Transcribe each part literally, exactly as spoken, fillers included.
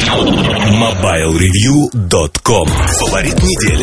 мобайл ревью точка ком. Фаворит недели.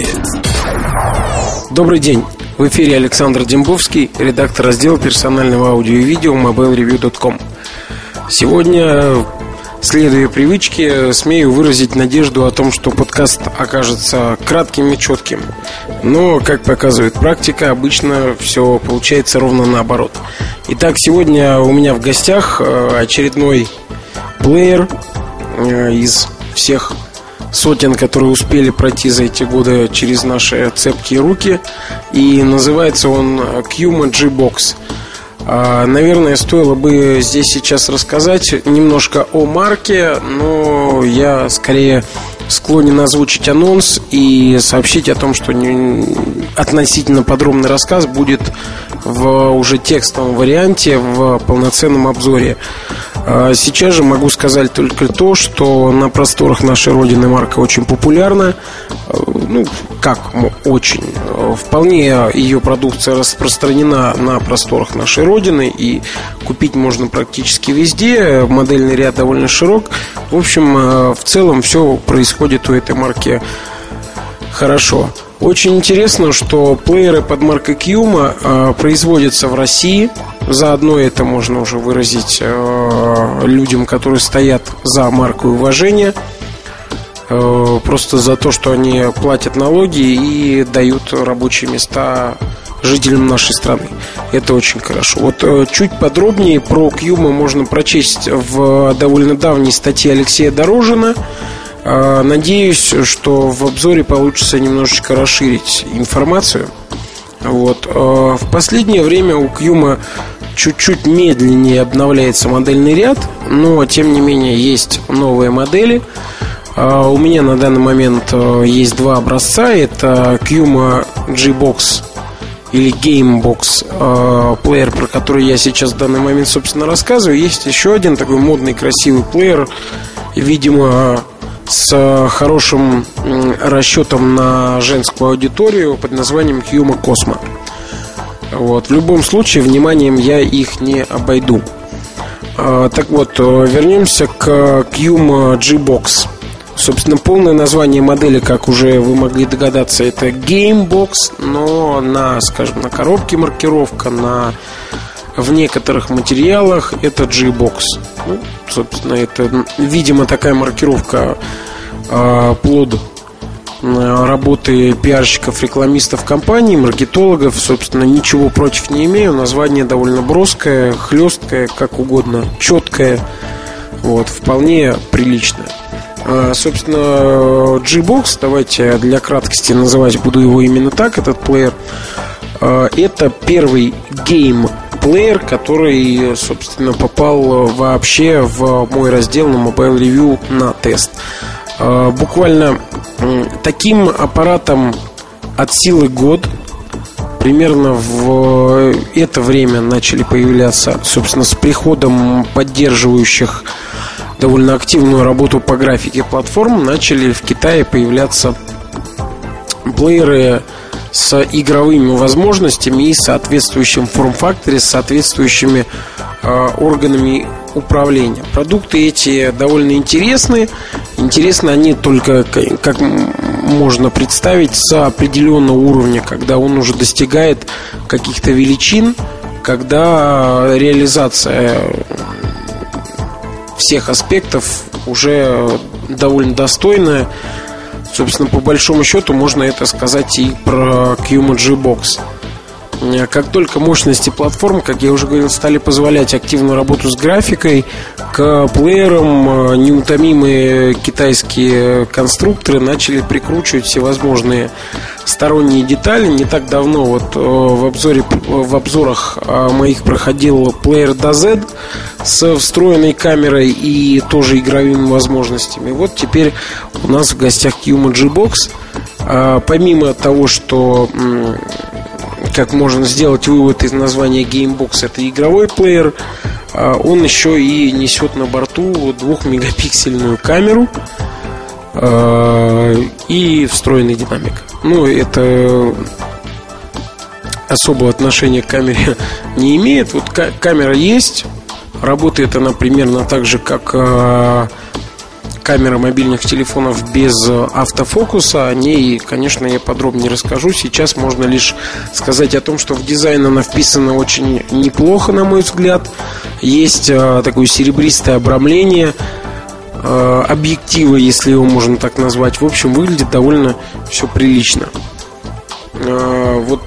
Добрый день. В эфире Александр Дембовский, редактор раздела персонального аудио и видео мобайл ревью точка ком. Сегодня, следуя привычке, смею выразить надежду о том, что подкаст окажется кратким и четким. Но, как показывает практика, обычно все получается ровно наоборот. Итак, сегодня у меня в гостях очередной плеер из всех сотен, которые успели пройти за эти годы через наши цепкие руки. И называется он Quma G-Box. Наверное, стоило бы здесь сейчас рассказать немножко о марке, но я скорее склонен озвучить анонс и сообщить о том, что относительно подробный рассказ будет в уже текстовом варианте, в полноценном обзоре. Сейчас же могу сказать только то, что на просторах нашей родины марка очень популярна. Ну, как очень. Вполне ее продукция распространена на просторах нашей родины, и купить можно практически везде. Модельный ряд довольно широк. В общем, в целом все происходит у этой марки хорошо. Очень интересно, что плееры под маркой Quma э, производятся в России. Заодно это можно уже выразить э, людям, которые стоят за маркой уважения. Э, просто за то, что они платят налоги и дают рабочие места жителям нашей страны. Это очень хорошо. Вот э, чуть подробнее про Quma можно прочесть в довольно давней статье Алексея Дорожина. Надеюсь, что в обзоре получится немножечко расширить информацию. Вот. В последнее время у Quma чуть-чуть медленнее обновляется модельный ряд, но тем не менее есть новые модели. У меня на данный момент есть два образца. Это Quma G-Box или Gamebox плеер, про который я сейчас в данный момент, собственно, рассказываю. Есть еще один такой модный, красивый плеер, видимо, с хорошим расчетом на женскую аудиторию под названием Quma Cosmo. Вот. В любом случае, вниманием я их не обойду. а, Так вот, вернемся к Quma G-Box. Собственно, полное название модели, как уже вы могли догадаться, это Gamebox, но на, скажем, на коробке маркировка, на в некоторых материалах это G-Box. Ну, собственно, это, видимо, такая маркировка э, плод э, работы пиарщиков, рекламистов компаний, маркетологов. Собственно, ничего против не имею. Название довольно броское, хлесткое, как угодно, четкое. Вот, вполне приличное. э, Собственно, G-Box, давайте для краткости называть буду его именно так, этот плеер. э, Это первый гейм плеер, который, собственно, попал вообще в мой раздел на Mobile Review на тест. Буквально таким аппаратом от силы год. Примерно в это время начали появляться, собственно, с приходом поддерживающих довольно активную работу по графике платформ, начали в Китае появляться плееры с игровыми возможностями и соответствующим форм-факторе, с соответствующими э, органами управления. Продукты эти довольно интересны. Интересны они только, как можно представить, с определенного уровня, когда он уже достигает каких-то величин, когда реализация всех аспектов уже довольно достойная. Собственно, по большому счету можно это сказать и про Quma G-Box. Как только мощности платформ, как я уже говорил, стали позволять активную работу с графикой, к плеерам неутомимые китайские конструкторы начали прикручивать всевозможные сторонние детали. Не так давно вот в обзоре, в обзорах моих проходил плеер ди зет с встроенной камерой и тоже игровыми возможностями. Вот теперь у нас в гостях Quma G-Box. Помимо того, что, как можно сделать вывод из названия Gamebox, это игровой плеер, он еще и несет на борту двухмегапиксельную камеру и встроенный динамик. Ну, это особого отношения к камере не имеет. Вот камера есть, работает она примерно так же, как камеры мобильных телефонов без автофокуса. О ней, конечно, я подробнее расскажу. Сейчас можно лишь сказать о том, что в дизайн она вписана очень неплохо, на мой взгляд. Есть такое серебристое обрамление объектива, если его можно так назвать. В общем, выглядит довольно все прилично. Вот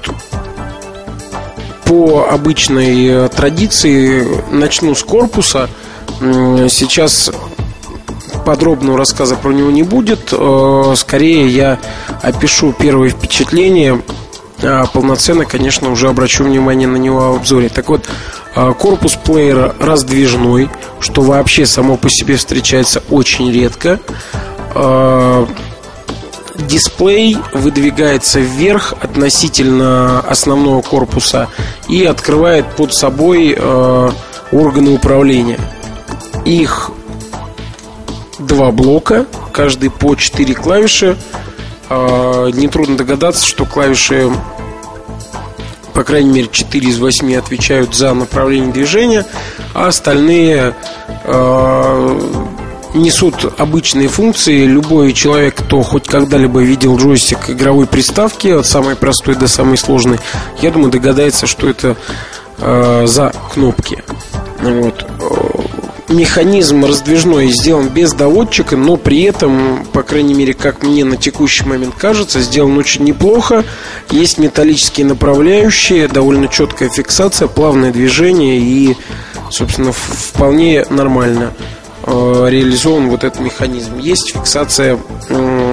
по обычной традиции начну с корпуса. Сейчас подробного рассказа про него не будет. Скорее я опишу первые впечатления, а полноценно, конечно, уже обращу внимание на него в обзоре. Так вот, корпус плеера раздвижной, что вообще само по себе встречается очень редко. Дисплей выдвигается вверх относительно основного корпуса и открывает под собой э, органы управления. Их два блока, каждый по четыре клавиши. э, Нетрудно догадаться, что клавиши, по крайней мере, четыре из восьми отвечают за направление движения, а остальные э, несут обычные функции. Любой человек, кто хоть когда-либо видел джойстик игровой приставки, от самой простой до самой сложной, я думаю, догадается, что это э, за кнопки. Вот. Механизм раздвижной сделан без доводчика, но при этом, по крайней мере, как мне на текущий момент кажется, сделан очень неплохо. Есть металлические направляющие, довольно четкая фиксация, плавное движение и, собственно, вполне нормально реализован вот этот механизм. Есть фиксация э,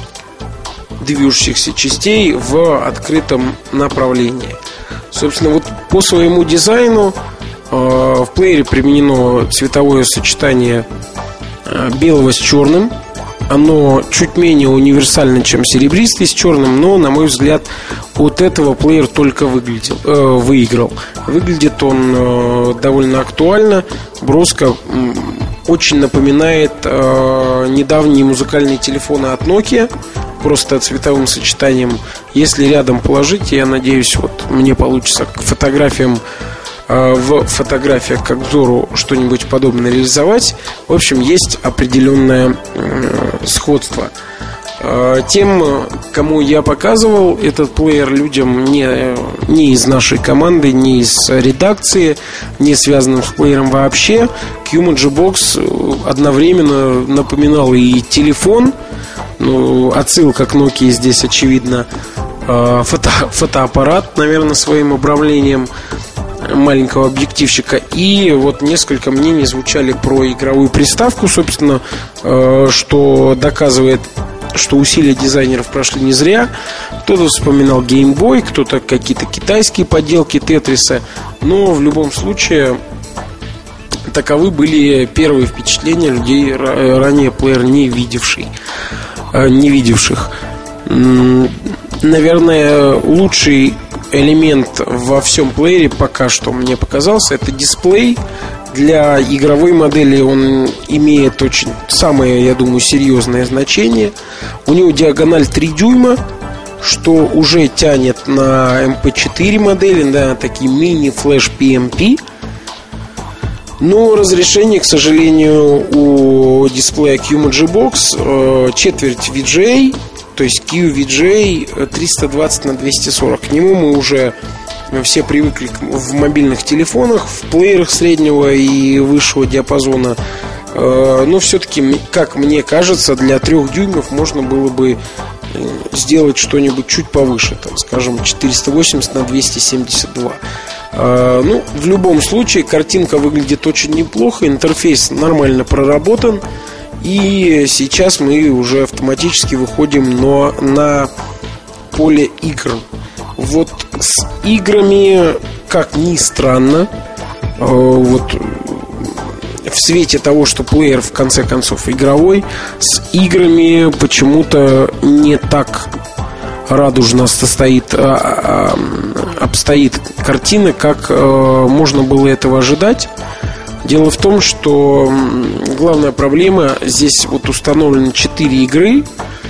движущихся частей в открытом направлении. Собственно, вот по своему дизайну э, в плеере применено цветовое сочетание э, белого с черным. Оно чуть менее универсально, чем серебристый с черным, но, на мой взгляд, от этого плеер только выглядел, э, выиграл. Выглядит он э, довольно актуально, броско. Очень напоминает э, недавние музыкальные телефоны от Nokia, просто цветовым сочетанием. Если рядом положить, я надеюсь, вот мне получится к фотографиям, э, в фотографиях к обзору что-нибудь подобное реализовать. В общем, есть определенное э, сходство. э, Тем, кому я показывал этот плеер, людям не, не из нашей команды, не из редакции, не связанным с плеером вообще, Qmoji Box одновременно напоминал и телефон. Ну, отсылка к Nokia здесь очевидно. Фото, фотоаппарат, наверное, своим обрамлением маленького объективчика. И вот несколько мнений звучали про игровую приставку, собственно, что доказывает, что усилия дизайнеров прошли не зря. Кто-то вспоминал Game Boy, кто-то какие-то китайские поделки Тетриса. Но в любом случае таковы были первые впечатления людей, ранее плеер не видевший, не видевших. Наверное, лучший элемент во всем плеере пока что мне показался — это дисплей. Для игровой модели он имеет очень самое, я думаю, серьезное значение. У него диагональ три дюйма, что уже тянет на эм пэ четыре модели, на такие мини-флеш пи эм пи. Но разрешение, к сожалению, у дисплея Qmoji Box четверть ви джи эй, то есть кью ви джи эй триста двадцать на двести сорок. К нему мы уже все привыкли в мобильных телефонах, в плеерах среднего и высшего диапазона. Но все-таки, как мне кажется, для трех дюймов можно было бы сделать что-нибудь чуть повыше, там, скажем, четыреста восемьдесят на двести семьдесят два. Ну, в любом случае, картинка выглядит очень неплохо, интерфейс нормально проработан. И сейчас мы уже автоматически выходим на, на поле игр. Вот с играми, как ни странно, вот в свете того, что плеер в конце концов игровой, с играми почему-то не так радужно состоит, а, а, обстоит картина, как а, можно было этого ожидать. Дело в том, что главная проблема: здесь вот установлены четыре игры.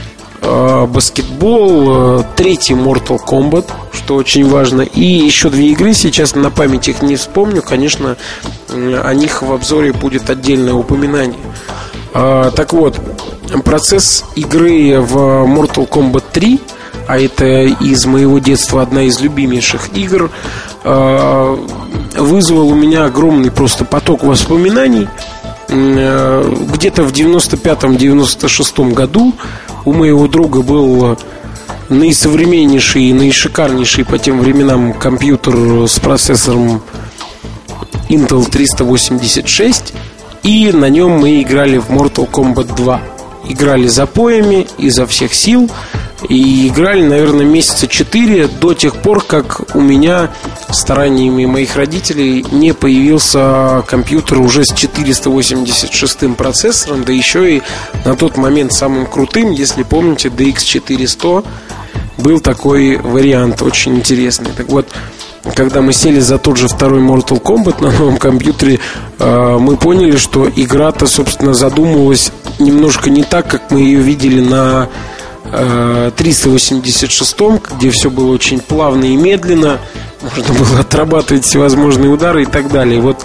Баскетбол, третий Mortal Kombat, что очень важно, и еще две игры, сейчас на память их не вспомню, конечно, о них в обзоре будет отдельное упоминание. А, так вот, процесс игры в Mortal Kombat три, а это из моего детства одна из любимейших игр, а, вызвал у меня огромный просто поток воспоминаний. Где-то в девяносто пятом — девяносто шестом году у моего друга был наисовременнейший и наишикарнейший по тем временам компьютер с процессором Intel триста восемьдесят шесть, и на нем мы играли в Mortal Kombat два. Играли запоями, изо всех сил. И играли, наверное, месяца четыре, до тех пор, как у меня стараниями моих родителей не появился компьютер уже с четыреста восемьдесят шестым процессором, да еще и на тот момент самым крутым, если помните, ди икс четыреста был такой вариант, очень интересный. Так вот, когда мы сели за тот же второй Mortal Kombat на новом компьютере, мы поняли, что игра-то, собственно, задумывалась немножко не так, как мы ее видели на триста восемьдесят шестом, где все было очень плавно и медленно, можно было отрабатывать всевозможные удары и так далее. Вот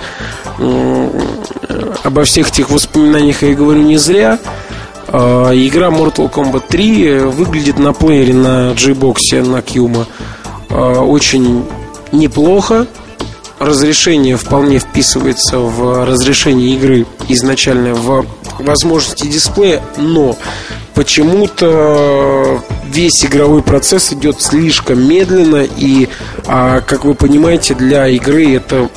обо всех этих воспоминаниях я и говорю не зря. Игра Mortal Kombat три выглядит на плеере на джей-боксе, на Кьюма очень неплохо. Разрешение вполне вписывается в разрешение игры изначально, в возможности дисплея, но почему-то весь игровой процесс идет слишком медленно. И, а, как вы понимаете, для игры это,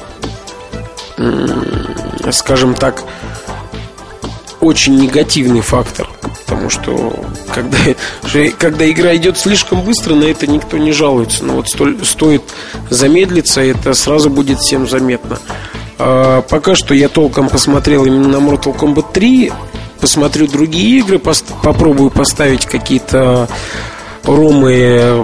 скажем так, очень негативный фактор. Потому что когда, когда игра идет слишком быстро, на это никто не жалуется. Но вот столь, стоит замедлиться, это сразу будет всем заметно. а, Пока что я толком посмотрел именно на Mortal Kombat три. Посмотрю другие игры, пост- попробую поставить какие-то ромы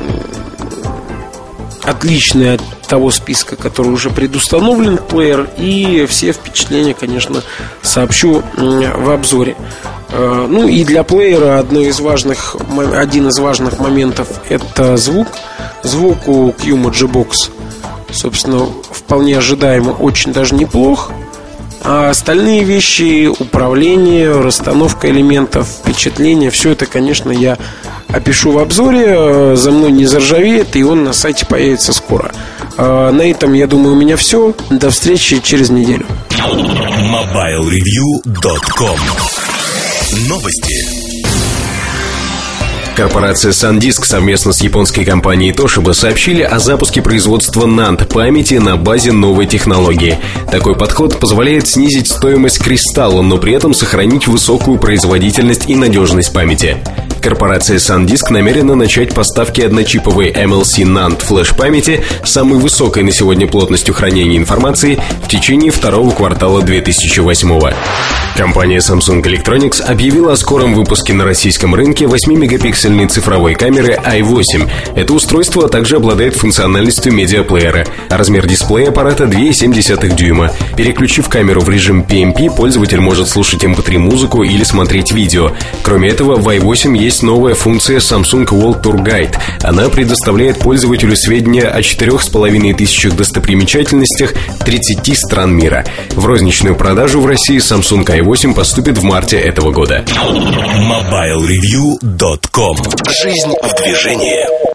отличные от того списка, который уже предустановлен в плеер. И все впечатления, конечно, сообщу в обзоре. Ну и для плеера одно из важных, один из важных моментов — это звук. Звук у Кьюма джей-бокс, собственно, вполне ожидаемо очень даже неплох. А остальные вещи, управление, расстановка элементов, впечатление, все это, конечно, я опишу в обзоре. За мной не заржавеет, и он на сайте появится скоро. На этом, я думаю, у меня все. До встречи через неделю. мобайл ревью точка ком. Новости. Корпорация SanDisk совместно с японской компанией Toshiba сообщили о запуске производства нанд памяти на базе новой технологии. Такой подход позволяет снизить стоимость кристалла, но при этом сохранить высокую производительность и надежность памяти. Корпорация SanDisk намерена начать поставки одночиповой эм эл си нанд флеш-памяти с самой высокой на сегодня плотностью хранения информации в течение второго квартала две тысячи восьмого. Компания Samsung Electronics объявила о скором выпуске на российском рынке восьмимегапиксельной цифровой камеры ай восемь. Это устройство также обладает функциональностью медиаплеера. Размер дисплея аппарата два целых семь десятых дюйма. Переключив камеру в режим пи эм пи, пользователь может слушать эм пэ три музыку или смотреть видео. Кроме этого, в ай восемь есть новая функция Samsung World Tour Guide. Она предоставляет пользователю сведения о четырех с половиной тысячах достопримечательностях тридцати стран мира. В розничную продажу в России Samsung ай восемь поступит в марте этого года. мобайл ревью точка ком. Жизнь в движении.